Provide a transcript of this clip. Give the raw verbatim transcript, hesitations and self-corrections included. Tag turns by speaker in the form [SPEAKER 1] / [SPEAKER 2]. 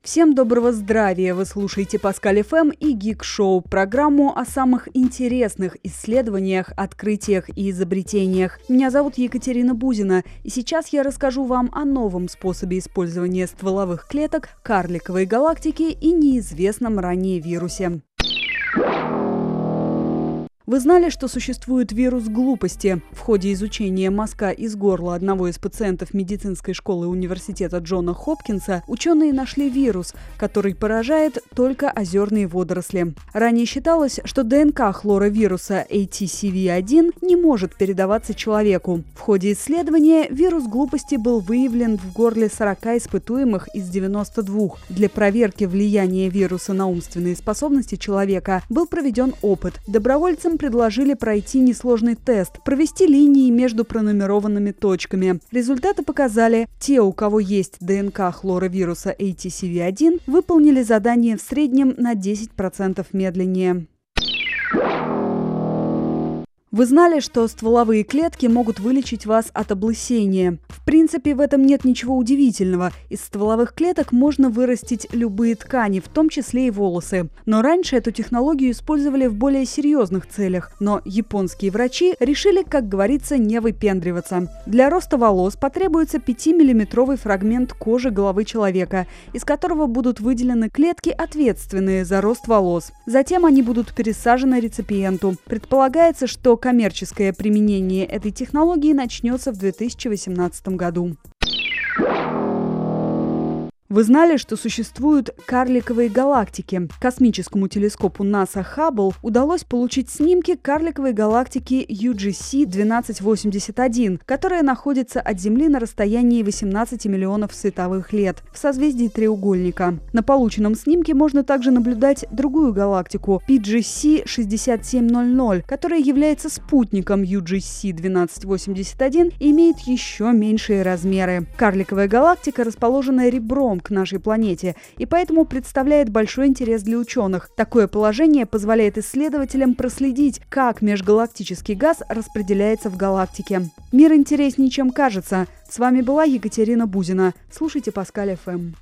[SPEAKER 1] Всем доброго здравия! Вы слушаете Паскаль эф эм и Geek Show, программу о самых интересных исследованиях, открытиях и изобретениях. Меня зовут Екатерина Бузина, и сейчас я расскажу вам о новом способе использования стволовых клеток, карликовой галактики и неизвестном ранее вирусе. Вы знали, что существует вирус глупости? В ходе изучения мазка из горла одного из пациентов медицинской школы университета Джона Хопкинса ученые нашли вирус, который поражает только озерные водоросли. Ранее считалось, что ДНК хлоровируса эй ти си ви один не может передаваться человеку. В ходе исследования вирус глупости был выявлен в горле сорока испытуемых из девяноста двух. Для проверки влияния вируса на умственные способности человека был проведен опыт. Добровольцам предложили пройти несложный тест, провести линии между пронумерованными точками. Результаты показали, те, у кого есть ДНК хлоровируса эй ти си ви один, выполнили задание в среднем на десять процентов медленнее. Вы знали, что стволовые клетки могут вылечить вас от облысения? В принципе, в этом нет ничего удивительного. Из стволовых клеток можно вырастить любые ткани, в том числе и волосы. Но раньше эту технологию использовали в более серьезных целях. Но японские врачи решили, как говорится, не выпендриваться. Для роста волос потребуется пятимиллиметровый фрагмент кожи головы человека, из которого будут выделены клетки, ответственные за рост волос. Затем они будут пересажены реципиенту. Предполагается, что коммерческое применение этой технологии начнется в две тысячи восемнадцатом году. Вы знали, что существуют карликовые галактики? Космическому телескопу НАСА Хаббл удалось получить снимки карликовой галактики ю джи си двенадцать восемьдесят один, которая находится от Земли на расстоянии восемнадцати миллионов световых лет в созвездии треугольника. На полученном снимке можно также наблюдать другую галактику пи джи си шестьдесят семь ноль ноль, которая является спутником ю джи си двенадцать восемьдесят один и имеет еще меньшие размеры. Карликовая галактика расположена ребром к нашей планете и поэтому представляет большой интерес для ученых. Такое положение позволяет исследователям проследить, как межгалактический газ распределяется в галактике. Мир интереснее, чем кажется. С вами была Екатерина Бузина. Слушайте Паскаль эф эм.